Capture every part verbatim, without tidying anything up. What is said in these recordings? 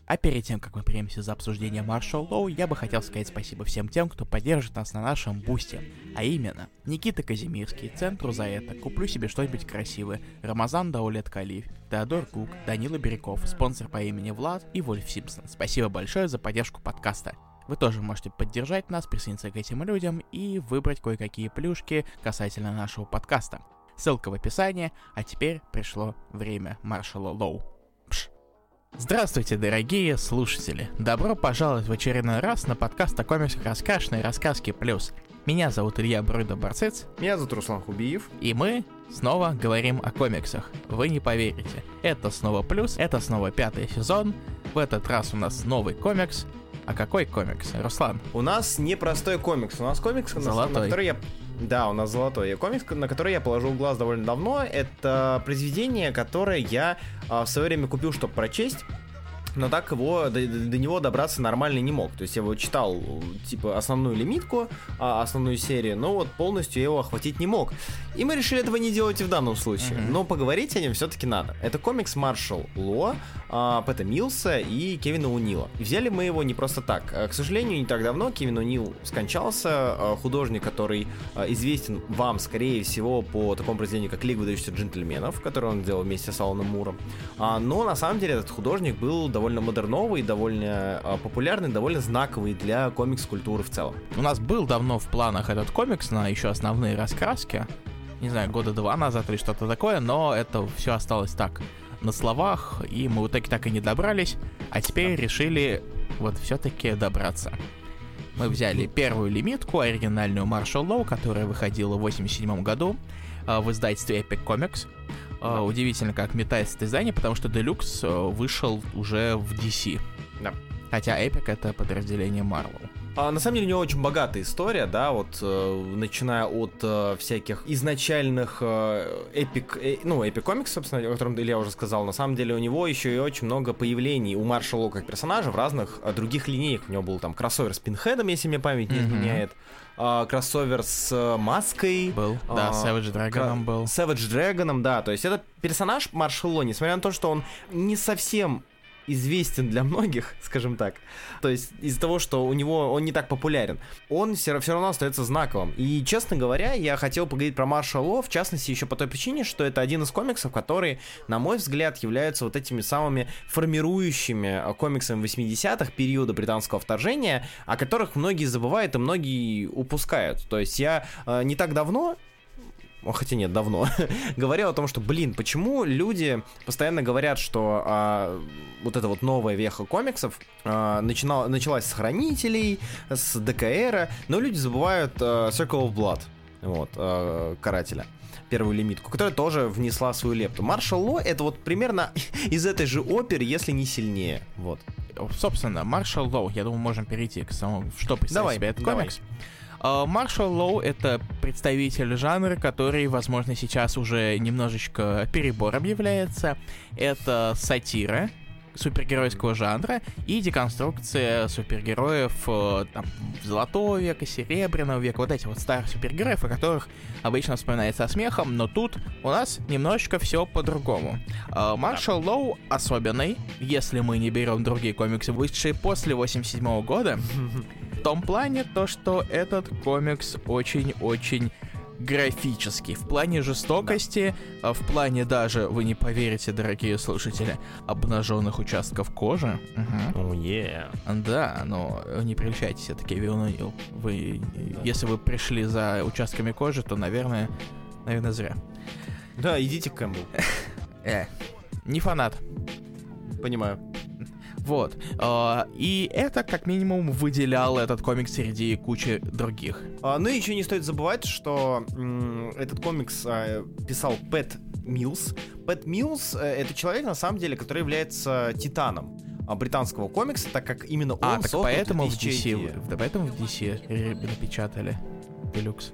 А перед тем, как мы примемся за обсуждение Martial Law, я бы хотел сказать спасибо всем тем, кто поддержит нас на нашем бусте. А именно, Никита Казимирский, Центру за это, Куплю себе что-нибудь красивое, Рамазан Даулет Калиф, Теодор Кук, Данила Бирюков, спонсор по имени Влад и Вольф Симпсон. Спасибо большое за поддержку подкаста. Вы тоже можете поддержать нас, присоединиться к этим людям и выбрать кое-какие плюшки касательно нашего подкаста. Ссылка в описании, а теперь пришло время Martial Law. Пш. Здравствуйте, дорогие слушатели! Добро пожаловать в очередной раз на подкаст о комиксах «Раскрашенные рассказки плюс». Меня зовут Илья Бройда-Барцец. Меня зовут Руслан Хубиев. И мы снова говорим о комиксах. Вы не поверите. Это снова плюс, это снова пятый сезон. В этот раз у нас новый комикс. А какой комикс, Руслан? У нас непростой комикс. У нас комикс, золотой. На, на который я... Да, у нас золотой. Комикс, на который я положил глаз довольно давно. Это произведение, которое я а, в свое время купил, чтобы прочесть. Но так его, до, до него добраться нормально не мог. То есть я его читал, типа, основную лимитку, основную серию, но вот полностью я его охватить не мог. И мы решили этого не делать и в данном случае. Mm-hmm. Но поговорить о нем все-таки надо. Это комикс Martial Law, Пэта Милса и Кевина О'Нила. И взяли мы его не просто так. К сожалению, не так давно Кевин О'Нил скончался. Художник, который известен вам, скорее всего, по такому произведению, как «Лига выдающихся джентльменов», который он делал вместе с Аланом Муром. Но на самом деле этот художник был довольно довольно модерновый, довольно э, популярный, довольно знаковый для комикс-культуры в целом. У нас был давно в планах этот комикс на еще основные раскраски, не знаю, года два назад или что-то такое, но это все осталось так, на словах, и мы вот таки так и не добрались, а теперь да. решили вот все-таки добраться. Мы взяли первую лимитку, оригинальную Martial Law, которая выходила в восемьдесят седьмом году э, в издательстве Epic Comics. Uh, удивительно, как метается это издание, потому что Deluxe uh, вышел уже в ди си. Да. Хотя Epic — это подразделение Marvel. А, на самом деле у него очень богатая история, да, вот э, начиная от э, всяких изначальных э, Epic, э, ну, Epic Comics, собственно, о котором Илья уже сказал. На самом деле у него еще и очень много появлений у Martial Law как персонажа в разных э, других линеях. У него был там кроссовер с Пинхедом, если мне память не изменяет. Uh, кроссовер с uh, маской. Был, uh, да, Savage Dragon кра- был. Savage Dragon, да, то есть это персонаж Martial Law, несмотря на то, что он не совсем известен для многих, скажем так, то есть из-за того, что у него он не так популярен, он все, все равно остается знаковым. И, честно говоря, я хотел поговорить про Martial Law, в частности, еще по той причине, что это один из комиксов, которые, на мой взгляд, являются вот этими самыми формирующими комиксами восьмидесятых, периода британского вторжения, о которых многие забывают и многие упускают. То есть я э, не так давно... хотя нет, давно, говорил о том, что, блин, почему люди постоянно говорят, что а, вот эта вот новая веха комиксов а, начинала, началась с Хранителей, с ДКРа, но люди забывают а, Circle of Blood, вот, а, Карателя, первую лимитку, которая тоже внесла свою лепту. Martial Law — это вот примерно из этой же оперы, если не сильнее, вот. Собственно, Martial Law, я думаю, можем перейти к самому, что представляет себе этот комикс. Martial Law — это представитель жанра, который, возможно, сейчас уже немножечко перебором является. Это сатира супергеройского жанра и деконструкция супергероев там, Золотого века, Серебряного века, вот эти вот старых супергероев, о которых обычно вспоминается со смехом, но тут у нас немножечко все по-другому. Martial Law особенный, если мы не берем другие комиксы, вышедшие после восемьдесят седьмого года, в том плане то, что этот комикс очень-очень графический, в плане жестокости, да. В плане даже, вы не поверите, дорогие слушатели, обнаженных участков кожи. Угу. Oh, yeah. Да, но не прельщайтесь, это Кевин О'Нил. Вы, если вы пришли за участками кожи, то, наверное, наверное, зря. Да, идите к Кэмпбеллу. Э, не фанат. Понимаю. Вот. И это, как минимум, выделяло этот комикс среди кучи других. А, ну и еще не стоит забывать, что м- этот комикс а, писал Пэт Милс. Пэт Милс — это человек, на самом деле, который является титаном британского комикса, так как именно он а, так создал поэтому в ди си, да, поэтому в ди си напечатали Deluxe.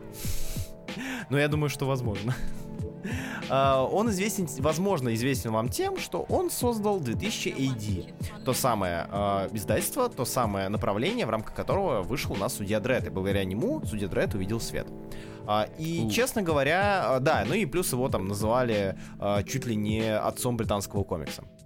Ну, я думаю, что возможно. Uh, он известен, возможно, известен вам тем, что он создал две тысячи эй ди. То самое uh, издательство, то самое направление, в рамках которого вышел у нас Судья Дред. И благодаря нему Судья Дред увидел свет. Uh, и, uh. честно говоря, uh, да, ну и плюс его там называли uh, чуть ли не отцом британского комикса.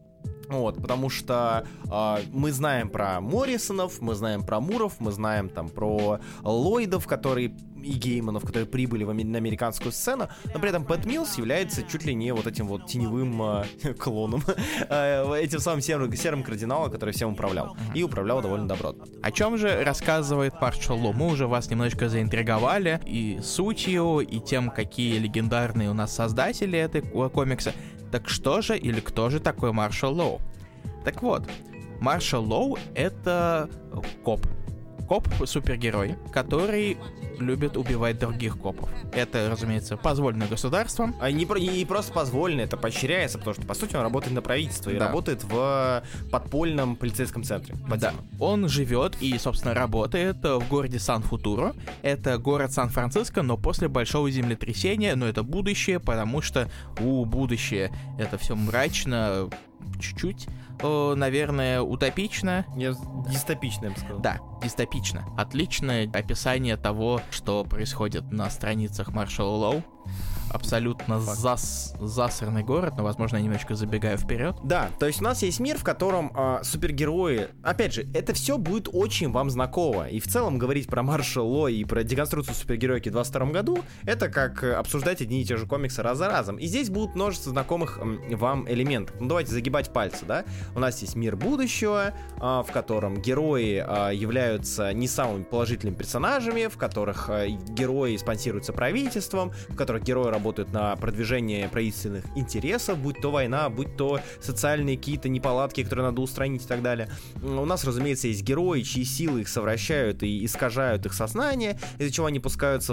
Вот, потому что э, мы знаем про Моррисонов, мы знаем про Муров, мы знаем там про Ллойдов, которые и Гейманов, которые прибыли в, на американскую сцену, но при этом Пэт Милс является чуть ли не вот этим вот теневым э, клоном, э, этим самым серым, серым кардиналом, который всем управлял, и управлял довольно добротно. О чем же рассказывает Маршал Лоу? Мы уже вас немножечко заинтриговали и сутью, и тем, какие легендарные у нас создатели этой комикса. Так что же или кто же такой Маршал Лоу? Так вот, Маршал Лоу — это коп. Коп-супергерой, который любит убивать других копов. Это, разумеется, позволено государством. А не, не просто позволено, это поощряется, потому что, по сути, он работает на правительство и да. работает в подпольном полицейском центре. Да. Он живет и, собственно, работает в городе Сан-Футуро. Это город Сан-Франциско, но после большого землетрясения, но это будущее, потому что, у, будущее, это все мрачно, чуть-чуть, э, наверное, утопично. Я дистопично, я бы сказал. Да, дистопично. Отличное описание того, что происходит на страницах Маршала Лоу. Абсолютно зас, засранный город, но, возможно, я немножко забегаю вперед. Да, то есть у нас есть мир, в котором э, супергерои... Опять же, это все будет очень вам знакомо. И в целом говорить про Маршала Лоу и про деконструкцию супергероики в двадцать втором году, это как обсуждать одни и те же комиксы раз за разом. И здесь будут множество знакомых э, вам элементов. Ну, давайте загибать пальцы, да? У нас есть мир будущего, э, в котором герои э, являются не самыми положительными персонажами, в которых э, герои спонсируются правительством, в которых герои работают на продвижение правительственных интересов, будь то война, будь то социальные какие-то неполадки, которые надо устранить и так далее. У нас, разумеется, есть герои, чьи силы их совращают и искажают их сознание, из-за чего они пускаются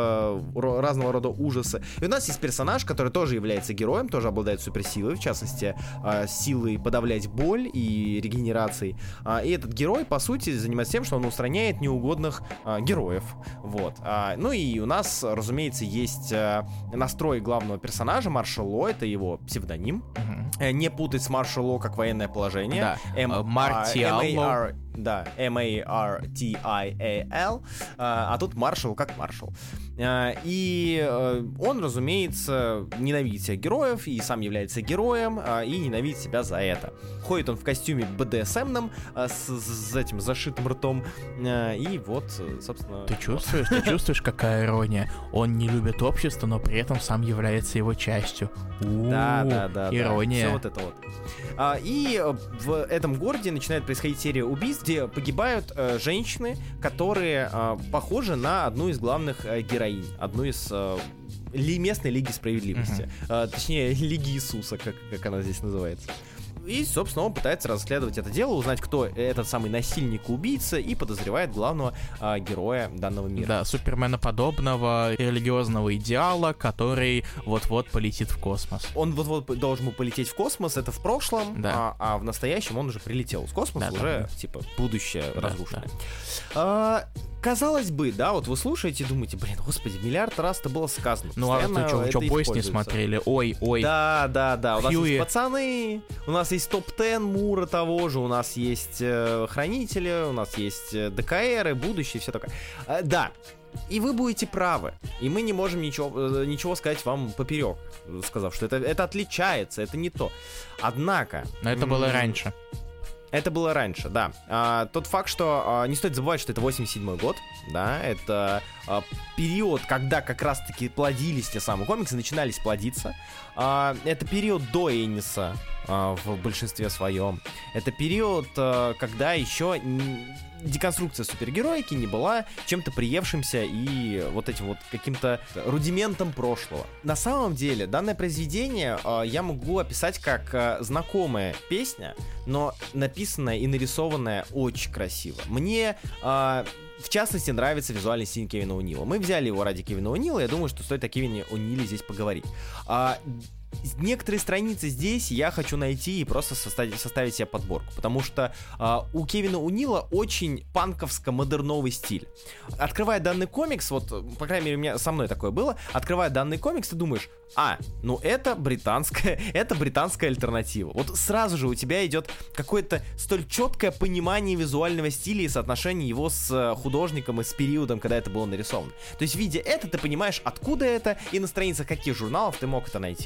в разного рода ужасы. И у нас есть персонаж, который тоже является героем, тоже обладает суперсилой, в частности, силой подавлять боль и регенерацией. И этот герой, по сути, занимается тем, что он устраняет неугодных героев. Вот. Ну и у нас, разумеется, есть настрой главного персонажа Маршал Лоу, это его псевдоним. Uh-huh. Не путать с Маршал Лоу как военное положение. Да, М- Мартиал Лоу. Да, эм эй ар ти ай эй эл, а тут Маршал как Маршал. И он, разумеется, ненавидит всех героев, и сам является героем, и ненавидит себя за это. Ходит он в костюме бэ дэ эс эм-ном, с, с этим зашитым ртом, и вот, собственно... Ты чувствуешь, ты чувствуешь, какая ирония? Он не любит общество, но при этом сам является его частью. Да, да, да. Ирония. Все вот это вот. И в этом городе начинает происходить серия убийств, где погибают э, женщины, которые э, похожи на одну из главных э, героинь, одну из э, ли, местной Лиги Справедливости, uh-huh. э, точнее Лиги Иисуса, как, как она здесь называется. И, собственно, он пытается расследовать это дело, узнать, кто этот самый насильник-убийца, и подозревает главного э, героя данного мира. Да, суперменоподобного религиозного идеала, который вот-вот полетит в космос. Он вот-вот должен был полететь в космос, это в прошлом, да. а, а в настоящем он уже прилетел в космос, да, уже, да, типа, будущее да, разрушено. Да. А, казалось бы, да, вот вы слушаете и думаете, блин, господи, миллиард раз это было сказано. Ну а вы что, что бойс не смотрели? Ой, ой. Да, да, да, у нас Хьюи. Есть пацаны, у нас есть топ-десять Мура того же, у нас есть э, Хранители, у нас есть э, дэ ка эры, будущее, все такое. Э, да, и вы будете правы, и мы не можем ничего, э, ничего сказать вам поперек, сказав, что это, это отличается, это не то. Однако... Но это м- было раньше. Это было раньше, да. А, тот факт, что а, не стоит забывать, что это восемьдесят седьмой год, да, это а, период, когда как раз-таки плодились те самые комиксы, начинались плодиться. А, это период до Энниса а, в большинстве своем. Это период, а, когда еще деконструкция супергероики не была чем-то приевшимся и вот этим вот каким-то рудиментом прошлого. На самом деле, данное произведение э, я могу описать как э, знакомая песня, но написанная и нарисованная очень красиво. Мне... Э, В частности, нравится визуальный стиль Кевина О'Нила. Мы взяли его ради Кевина О'Нила, я думаю, что стоит о Кевине О'Ниле здесь поговорить. А, некоторые страницы здесь я хочу найти и просто составить, составить себе подборку, потому что а, у Кевина О'Нила очень панковско-модерновый стиль. Открывая данный комикс, вот, по крайней мере, у меня со мной такое было, открывая данный комикс, ты думаешь, а, ну это британская, это британская альтернатива. Вот сразу же у тебя идет какое-то столь четкое понимание визуального стиля и соотношения его с художником и с периодом, когда это было нарисовано. То есть, видя это, ты понимаешь, откуда это и на страницах каких журналов ты мог это найти.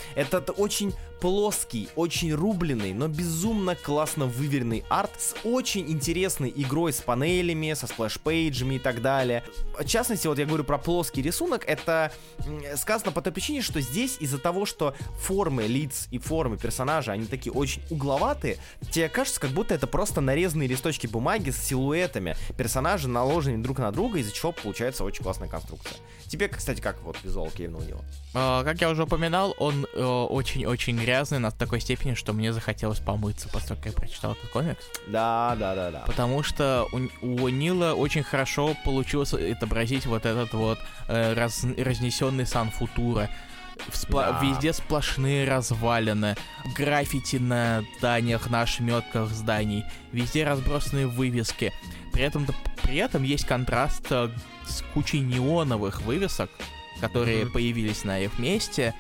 Это очень плоский, очень рубленый, но безумно классно выверенный арт с очень интересной игрой с панелями, со сплэш-пейджами и так далее. В частности, вот я говорю про плоский рисунок, это сказано по той причине, что здесь из-за того, что формы лиц и формы персонажа, они такие очень угловатые, тебе кажется, как будто это просто нарезанные листочки бумаги с силуэтами персонажей, наложенными друг на друга, из-за чего получается очень классная конструкция. Тебе, кстати, как вот визуал кивнул него? Uh, как я уже упоминал, он uh, очень-очень грязный на такой степени, что мне захотелось помыться, после того, как я прочитал этот комикс. Да, да, да, да. Потому что у, у Нила очень хорошо получилось отобразить вот этот вот uh, раз, разнесенный сан-футуро. Спла- да. Везде сплошные развалины, граффити на зданиях, на ошметках зданий, везде разбросанные вывески. При этом, при этом есть контраст uh, с кучей неоновых вывесок, которые mm-hmm. появились на их месте,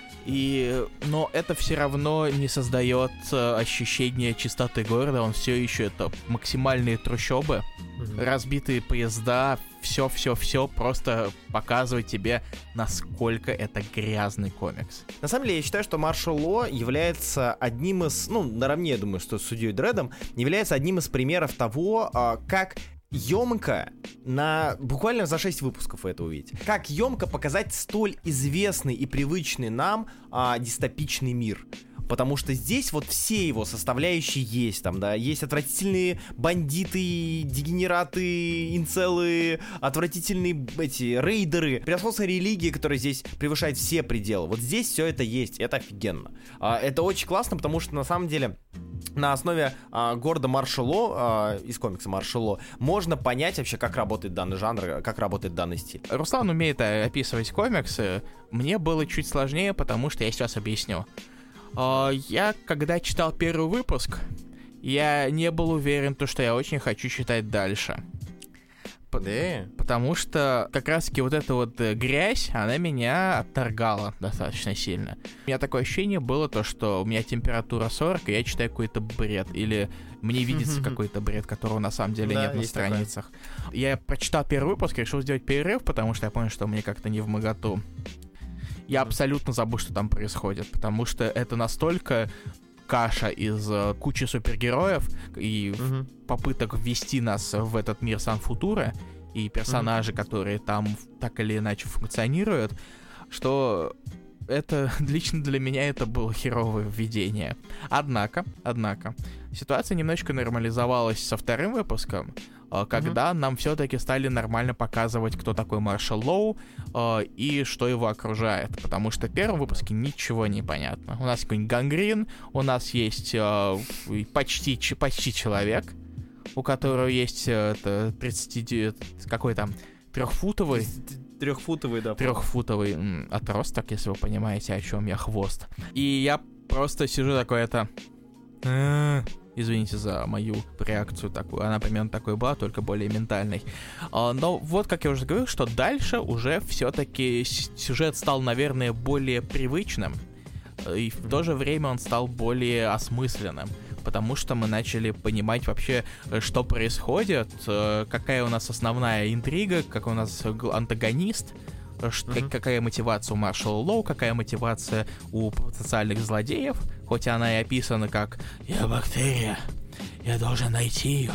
и, но это все равно не создает э, ощущения чистоты города, он все еще это максимальные трущобы, mm-hmm. разбитые поезда, все-все-все просто показывает тебе, насколько это грязный комикс. На самом деле, я считаю, что Маршал Ло является одним из, ну, наравне, я думаю, что с Судьей Дреддом, является одним из примеров того, э, как емко, на буквально за шесть выпусков вы это увидите, как емко показать столь известный и привычный нам а, дистопичный мир. Потому что здесь вот все его составляющие есть. Там, да, есть отвратительные бандиты, дегенераты, инцелы, отвратительные эти рейдеры, превосходство религии, которая здесь превышает все пределы. Вот здесь все это есть, это офигенно. А, это очень классно, потому что на самом деле на основе а, города Маршал Ло, а, из комикса Маршал Ло, можно понять вообще, как работает данный жанр, как работает данный стиль. Руслан умеет описывать комиксы. Мне было чуть сложнее, потому что я сейчас объясню. А, я, когда читал первый выпуск, я не был уверен, то, что я очень хочу читать дальше. Да. Потому что как раз-таки вот эта вот грязь, она меня отторгала достаточно сильно. У меня такое ощущение было, то, что у меня температура сорок, и я читаю какой-то бред. Или мне видится какой-то бред, которого на самом деле да, нет на страницах. Такое. Я прочитал первый выпуск, решил сделать перерыв, потому что я понял, что мне как-то не вмоготу. Я абсолютно забыл, что там происходит, потому что это настолько каша из uh, кучи супергероев и uh-huh. попыток ввести нас в этот мир сан-футуро и персонажи, uh-huh. которые там так или иначе функционируют, что это лично для меня это было херовое введение. Однако, однако, ситуация немножечко нормализовалась со вторым выпуском, когда uh-huh. нам все-таки стали нормально показывать, кто такой Маршал Лоу э, и что его окружает. Потому что в первом выпуске ничего не понятно. У нас какой-нибудь Гангрин, у нас есть э, почти, почти человек, у которого есть э, это, тридцать, какой там, трехфутовый... Трехфутовый, да. Трехфутовый м, отросток, если вы понимаете, о чем я, хвост. И я просто сижу такой, это... Извините за мою реакцию такую. Она примерно такой была, только более ментальной. Но вот, как я уже говорил, что дальше уже все-таки сюжет стал, наверное, более привычным. И в то же время он стал более осмысленным. Потому что мы начали понимать вообще, что происходит, какая у нас основная интрига, какой у нас антагонист, Uh-huh. какая мотивация у Маршала Лоу, какая мотивация у потенциальных злодеев, хоть она и описана как «Я бактерия, я должен найти ее»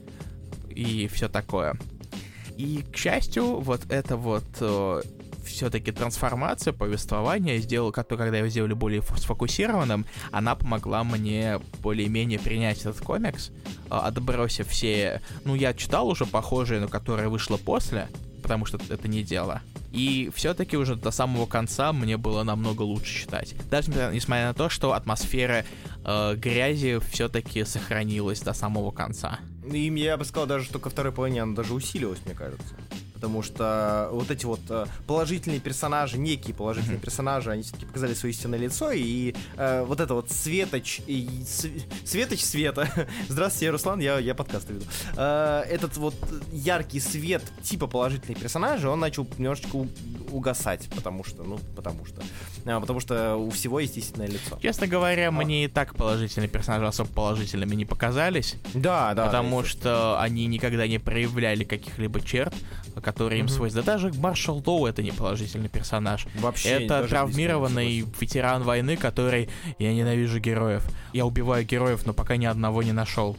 и все такое. И, к счастью, вот эта вот э, все-таки трансформация повествования, сделала, когда ее сделали более сфокусированным, она помогла мне более-менее принять этот комикс, э, отбросив все... Ну, я читал уже похожие, но которые вышло после, потому что это не дело. И все-таки уже до самого конца мне было намного лучше читать. Даже несмотря на то, что атмосфера э, грязи все-таки сохранилась до самого конца. И я бы сказал даже, что ко второй половине она даже усилилась, мне кажется. Потому что вот эти вот положительные персонажи, некие положительные mm-hmm. персонажи, они все-таки показали свое истинное лицо, и э, вот это вот светоч, и, с, светоч света, здравствуйте, я Руслан, я, я подкасты веду, э, этот вот яркий свет типа положительных персонажей, он начал немножечко угасать, потому что, ну, потому что, а, потому что у всего есть истинное лицо. Честно говоря, а. мне и так положительные персонажи особо положительными не показались. Да, да. Потому да, что они никогда не проявляли каких-либо черт, которые им mm-hmm. свойственны. Да даже Маршал Лоу — это не положительный персонаж. Вообще. Это травмированный ветеран войны, который: я ненавижу героев. Я убиваю героев, но пока ни одного не нашел.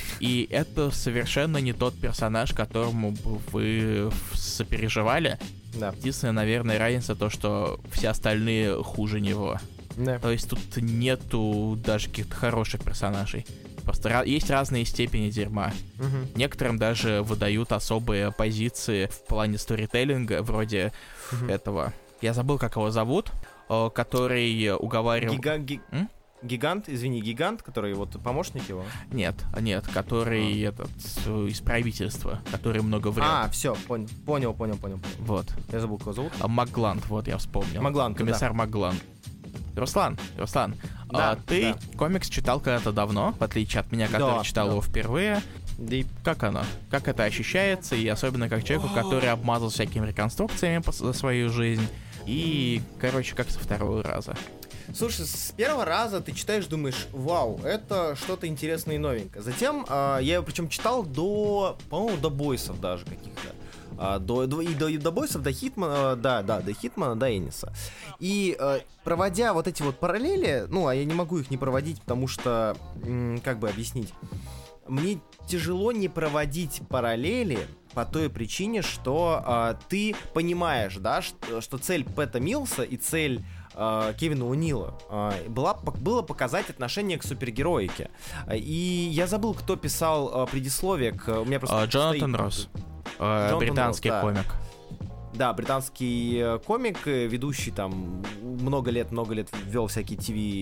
И это совершенно не тот персонаж, которому вы сопереживали. Да. Единственная, наверное, разница то, что все остальные хуже него. Да. То есть тут нету даже каких-то хороших персонажей. Просто ra- есть разные степени дерьма. Угу. Некоторым даже выдают особые позиции в плане сторителлинга, вроде угу. этого. Я забыл, как его зовут, который уговаривал... Гига... Ги... Гигант, извини, гигант, который вот помощник его? Нет, нет, который а. этот из правительства, который много врет. А, все, понял, понял, понял, понял. Вот. Я забыл, кого зовут. А, Магланд, вот я вспомнил. Магланд, комиссар да. Магланд. Руслан, Руслан, да, а, ты да. комикс читал когда-то давно, в отличие от меня, который да, читал да. его впервые. Да и... Как оно? Как это ощущается? И особенно как человеку, который обмазал всякими реконструкциями за свою жизнь. И, короче, как со второго раза. Слушай, с первого раза ты читаешь, думаешь, вау, это что-то интересное и новенькое. Затем э, я его причем читал до, по-моему, до бойсов даже каких-то. Э, до, до, и, до, и до бойсов, до Хитмана, э, да, да, до Хитмана, до Энниса. И э, проводя вот эти вот параллели, ну, а я не могу их не проводить, потому что, м, как бы объяснить, мне тяжело не проводить параллели по той причине, что э, ты понимаешь, да, что, что цель Пэта Милса и цель э, Кевина О'Нила э, была, было показать отношение к супергероике. И я забыл, кто писал э, предисловие к... У меня просто uh, Джонатан Росс, uh, британский Росс, да. комик. Да, британский комик, ведущий там много лет, много лет вел всякие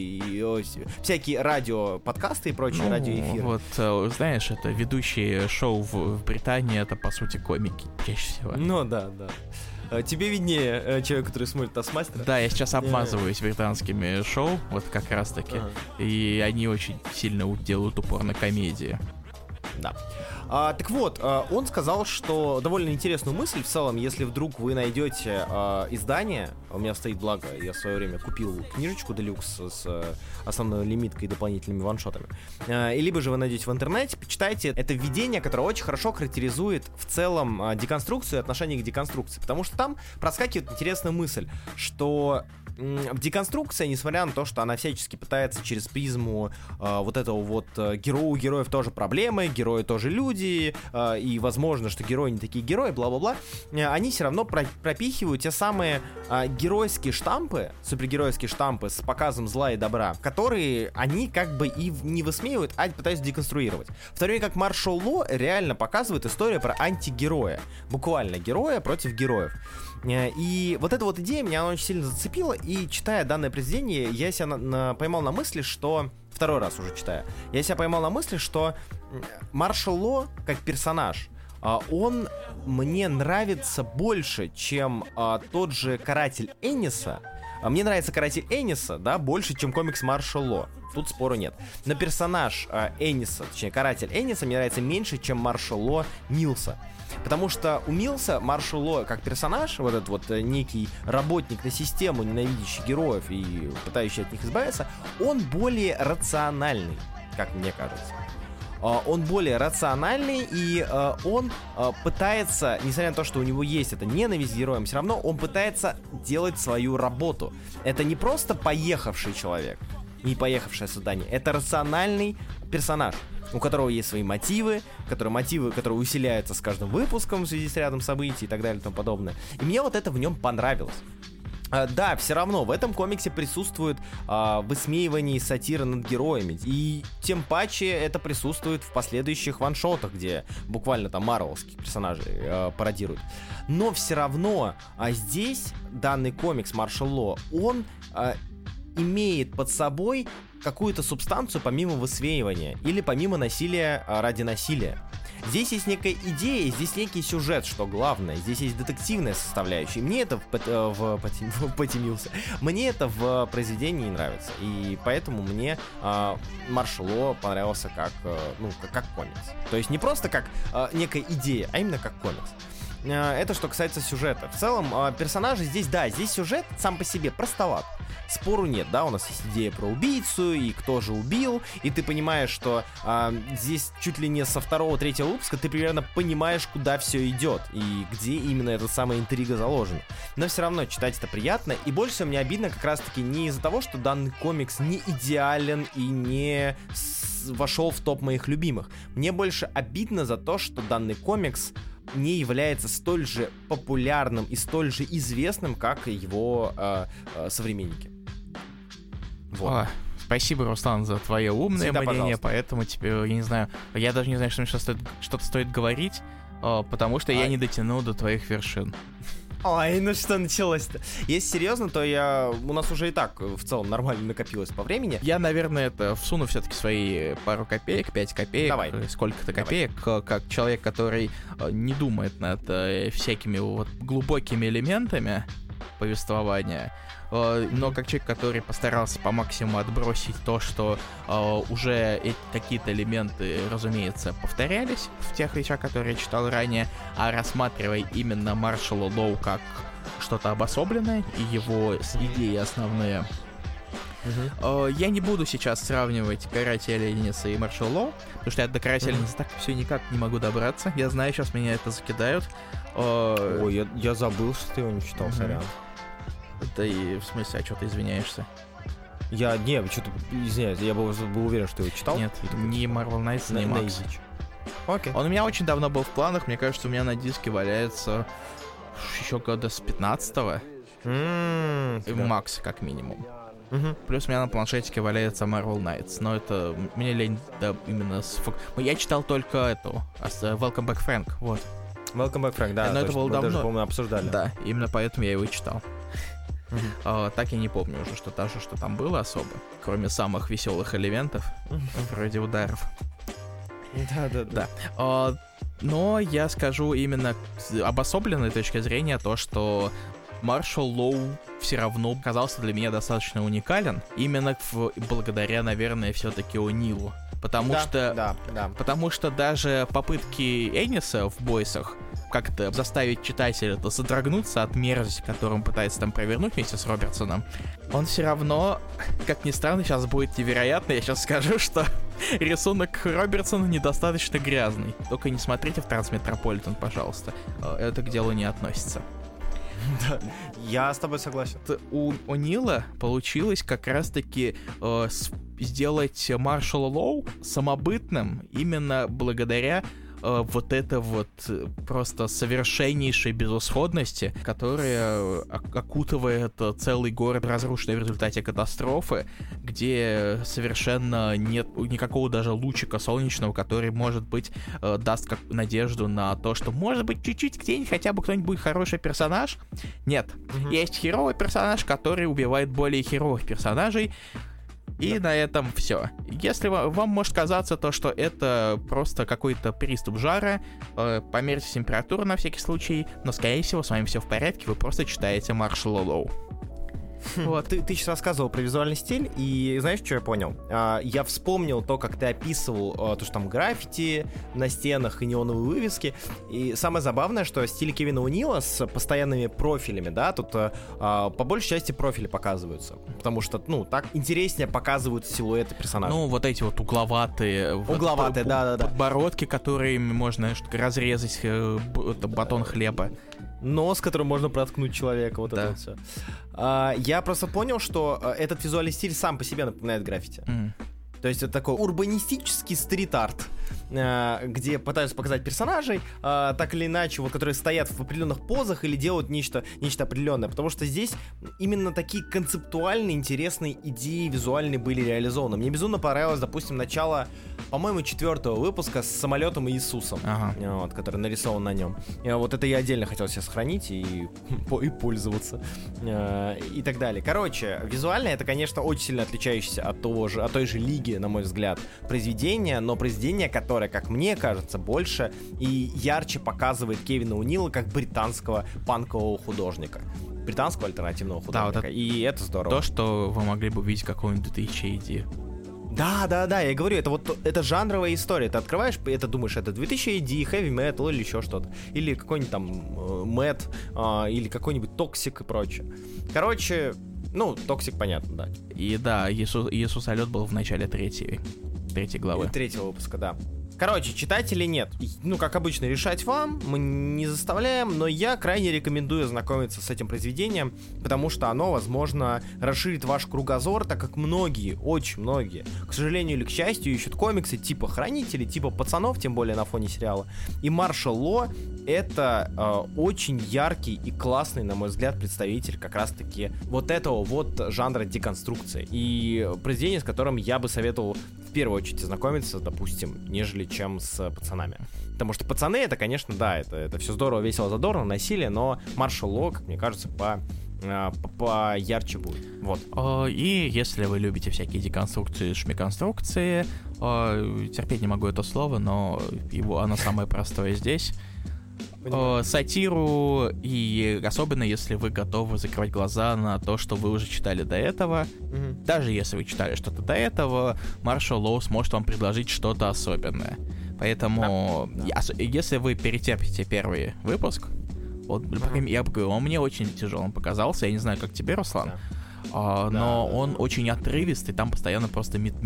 ТВ, всякие радио-подкасты и прочие ну, радиоэфиры. Вот, знаешь, это ведущие шоу в, в Британии, это, по сути, комики чаще всего. Ну, да, да. Тебе виднее, человек, который смотрит Таскмастера. Да, я сейчас обмазываюсь британскими шоу, вот как раз-таки, ага. И они очень сильно делают упор на комедии. Да. А, так вот, а, он сказал, что довольно интересную мысль в целом, если вдруг вы найдете а, издание, у меня стоит, благо, я в свое время купил книжечку Делюкс с а, основной лимиткой и дополнительными ваншотами, а, и либо же вы найдете в интернете, почитайте это введение, которое очень хорошо характеризует в целом а, деконструкцию и отношение к деконструкции, потому что там проскакивает интересная мысль, что в деконструкции, несмотря на то, что она всячески пытается через призму э, вот этого вот э, героя, у героев тоже проблемы, герои тоже люди, э, и возможно, что герои не такие герои, бла-бла-бла, э, они все равно про- пропихивают те самые э, геройские штампы, супергеройские штампы с показом зла и добра, которые они как бы и не высмеивают, а пытаются деконструировать. В то время как Маршал Ло реально показывает историю про антигероя, буквально героя против героев. И вот эта вот идея меня она очень сильно зацепила, и читая данное произведение, я себя на, на, поймал на мысли, что... Второй раз уже читая. Я себя поймал на мысли, что Маршал Ло, как персонаж, он мне нравится больше, чем а, тот же Каратель Энниса. Мне нравится Каратель Энниса, да, больше, чем комикс Маршал Ло. Тут спору нет. Но персонаж а, Энниса, точнее, Каратель Энниса мне нравится меньше, чем Маршал Ло Милса. Потому что у Милса Маршал Ло как персонаж, вот этот вот некий работник на систему, ненавидящий героев и пытающий от них избавиться, он более рациональный, как мне кажется. Он более рациональный, и он пытается, несмотря на то, что у него есть эта ненависть к героям, все равно он пытается делать свою работу. Это не просто поехавший человек, не поехавшее создание, это рациональный персонаж, у которого есть свои мотивы, которые мотивы, которые усиляются с каждым выпуском в связи с рядом событий и так далее и тому подобное. И мне вот это в нем понравилось. Uh, да, все равно в этом комиксе присутствует uh, высмеивание и сатира над героями. И тем паче это присутствует в последующих ваншотах, где буквально там марвелских персонажей uh, пародируют. Но все равно uh, здесь данный комикс Маршал Ло, он uh, имеет под собой какую-то субстанцию помимо высмеивания или помимо насилия uh, ради насилия. Здесь есть некая идея, здесь некий сюжет, что главное. Здесь есть детективная составляющая. И мне это в, в, в, в Пэти Милсе, мне это в произведении не нравится. И поэтому мне э, Маршал Ло понравился как, э, ну, как, как комикс. То есть не просто как э, некая идея, а именно как комикс. Это что касается сюжета. В целом, персонажи здесь, да, здесь сюжет сам по себе простоват. Спору нет, да, у нас есть идея про убийцу, и кто же убил, и ты понимаешь, что а, здесь чуть ли не со второго-третьего выпуска ты примерно понимаешь, куда все идет, и где именно эта самая интрига заложена. Но все равно читать это приятно, и больше всего мне обидно как раз-таки не из-за того, что данный комикс не идеален и не с... вошел в топ моих любимых. Мне больше обидно за то, что данный комикс не является столь же популярным и столь же известным, как его э, э, современники. Вот. О, спасибо, Руслан, за твое умное Всегда, мнение, пожалуйста. Поэтому тебе, я не знаю, я даже не знаю, что мне что-то стоит, что-то стоит говорить, э, потому что а... я не дотянул до твоих вершин. Ой, ну что началось-то? Если серьезно, то я... У нас уже и так в целом нормально накопилось по времени. Я, наверное, это всуну все-таки свои пару копеек, пять копеек, Давай. сколько-то Давай. копеек, как человек, который не думает над всякими вот глубокими элементами повествования, но как человек, который постарался по максимуму отбросить то, что э, уже эти, какие-то элементы, разумеется, повторялись в тех вещах, которые я читал ранее, а рассматривая именно Маршалла Лоу как что-то обособленное и его идеи основные. Uh-huh. Э, я не буду сейчас сравнивать Карателя Ленниса и Маршалла Лоу, потому что я до Карателя Ленниса uh-huh. так все никак не могу добраться. Я знаю, сейчас меня это закидают. Э, Ой, я, я забыл, что ты его не читал, uh-huh. сорян. Да и в смысле, а что ты извиняешься? Я, не, что-то, извиняюсь, я был, был уверен, что ты его читал. Нет, ни Marvel Knights, ни Макс. Окей. Он у меня очень давно был в планах, мне кажется, у меня на диске валяется еще года с пятнадцатого. Mm, Макс, как минимум. Uh-huh. Плюс у меня на планшетике валяется Marvel Knights, но это мне лень, да, именно с... Я читал только эту, Welcome Back Frank, вот. Welcome Back Frank, да, но это было давно. Даже, по-моему, обсуждали. Да, именно поэтому я его и читал. Uh-huh. Uh, так я не помню уже, что даже что там было особо, кроме самых веселых элементов, uh-huh. вроде ударов. Да-да-да. Да. Uh, но я скажу именно с обособленной точки зрения то, что Маршалл Лоу все равно казался для меня достаточно уникален, именно в, благодаря, наверное, все-таки О'Нилу. Потому да, что, да, да. потому что даже попытки Энниса в бойсах как-то заставить читателя-то содрогнуться от мерзости, которую он пытается там провернуть вместе с Робертсоном, он все равно, как ни странно, сейчас будет невероятно, я сейчас скажу, что рисунок Робертсона недостаточно грязный. Только не смотрите в Трансметрополитен, пожалуйста. Это к делу не относится. Да, я с тобой согласен. У О'Нила получилось как раз-таки э, с- сделать Маршалла Лоу самобытным именно благодаря э, вот это вот просто совершеннейшей безысходности, которая окутывает целый город, разрушенный в результате катастрофы, где совершенно нет никакого даже лучика солнечного, который, может быть, э, даст как надежду на то, что, может быть, чуть-чуть где-нибудь хотя бы кто-нибудь будет хороший персонаж. Нет. Mm-hmm. Есть херовый персонаж, который убивает более херовых персонажей. И да. На этом все. Если вам, вам может казаться то, что это просто какой-то приступ жара, э, померьте температуру на всякий случай, но, скорее всего, с вами все в порядке, вы просто читаете Маршалла Лоу. Вот. Ты, ты сейчас рассказывал про визуальный стиль, и знаешь, что я понял? А, я вспомнил то, как ты описывал а, то, что там граффити на стенах и неоновые вывески. И самое забавное, что стиль Кевина О'Нила с постоянными профилями, да, тут а, по большей части профили показываются. Потому что, ну, так интереснее показывают силуэты персонажей. Ну, вот эти вот угловатые... Угловатые, вот, да-да-да. Подбородки, которыми можно разрезать э, батон хлеба. Нос, которым можно проткнуть человека, вот да. это вот все. А, я просто понял, что а, этот визуальный стиль сам по себе напоминает граффити. Mm. То есть это такой урбанистический стрит-арт, а, где пытаются показать персонажей, а, так или иначе, вот, которые стоят в определенных позах или делают нечто, нечто определенное. Потому что здесь именно такие концептуальные, интересные идеи визуальные были реализованы. Мне безумно понравилось, допустим, начало, по-моему, четвертого выпуска с самолетом Иисусом, ага. вот, который нарисован на нем. И, вот это я отдельно хотел себе сохранить и, и пользоваться. И так далее. Короче, визуально это, конечно, очень сильно отличающееся от, того же, от той же лиги, на мой взгляд, произведение, но произведение, которое, как мне кажется, больше и ярче показывает Кевина О'Нила как британского панкового художника. Британского альтернативного художника. Да, вот это, и это здорово. То, что вы могли бы увидеть какого-нибудь две тысячи эй ди. Да, да, да, я говорю, это вот это жанровая история. Ты открываешь, это думаешь, это две тысячи эй ди, heavy metal или еще что-то. Или какой-нибудь там э, мэт, э, или какой-нибудь токсик и прочее. Короче, ну, токсик понятно, да. И да, Иисус, Иисусолет был в начале третьей, третьей главы. И третьего выпуска, да. Короче, читать или нет, ну, как обычно, решать вам, мы не заставляем, но я крайне рекомендую знакомиться с этим произведением, потому что оно, возможно, расширит ваш кругозор, так как многие, очень многие, к сожалению или к счастью, ищут комиксы типа Хранителей, типа Пацанов, тем более на фоне сериала. И Маршал Ло — это э, очень яркий и классный, на мой взгляд, представитель как раз-таки вот этого вот жанра деконструкции. И произведение, с которым я бы советовал в первую очередь ознакомиться, допустим, нежели чем с Пацанами. Потому что Пацаны, это, конечно, да, это, это все здорово, весело, задорно, насилие, но Маршал Ло, как мне кажется, по, по, по ярче будет. Вот. И если вы любите всякие деконструкции, шмеконструкции, терпеть не могу это слово, но его, оно самое простое здесь. Понимаю. Сатиру, и особенно если вы готовы закрывать глаза на то, что вы уже читали до этого. Mm-hmm. Даже если вы читали что-то до этого, Маршал Лоу сможет вам предложить что-то особенное. Поэтому, да, да. если вы перетерпите первый выпуск, вот, mm-hmm. я бы говорил, он мне очень тяжелым показался. Я не знаю, как тебе, Руслан. Yeah. Uh, да, но да, он да. очень отрывистый, там постоянно просто ми-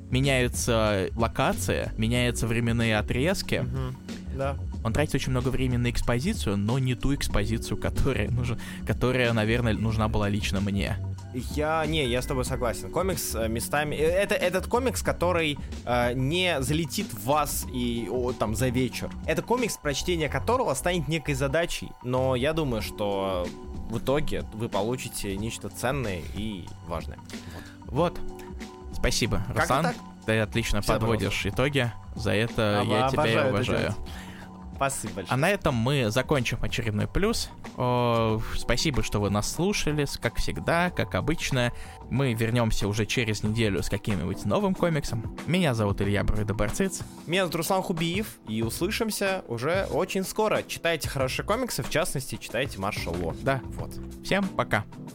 меняются локации, меняются временные отрезки. Mm-hmm. Да. Он тратит очень много времени на экспозицию, но не ту экспозицию, которая, нужна, которая, наверное, нужна была лично мне. Я, не, я с тобой согласен. Комикс э, местами... Это этот комикс, который э, не залетит в вас и о, там за вечер. Это комикс, прочтение которого станет некой задачей, но я думаю, что в итоге вы получите нечто ценное и важное. Вот. Вот. Спасибо, Руслан. Ты отлично Все подводишь пожалуйста. Итоги. За это а, я тебя и уважаю. Спасибо большое. А на этом мы закончим очередной плюс. О, спасибо, что вы нас слушали. Как всегда, как обычно, мы вернемся уже через неделю с каким-нибудь новым комиксом. Меня зовут Илья Бройда-Барциц. Меня зовут Руслан Хубиев. И услышимся уже очень скоро. Читайте хорошие комиксы, в частности, читайте Маршал Ло. Да, вот. Всем пока.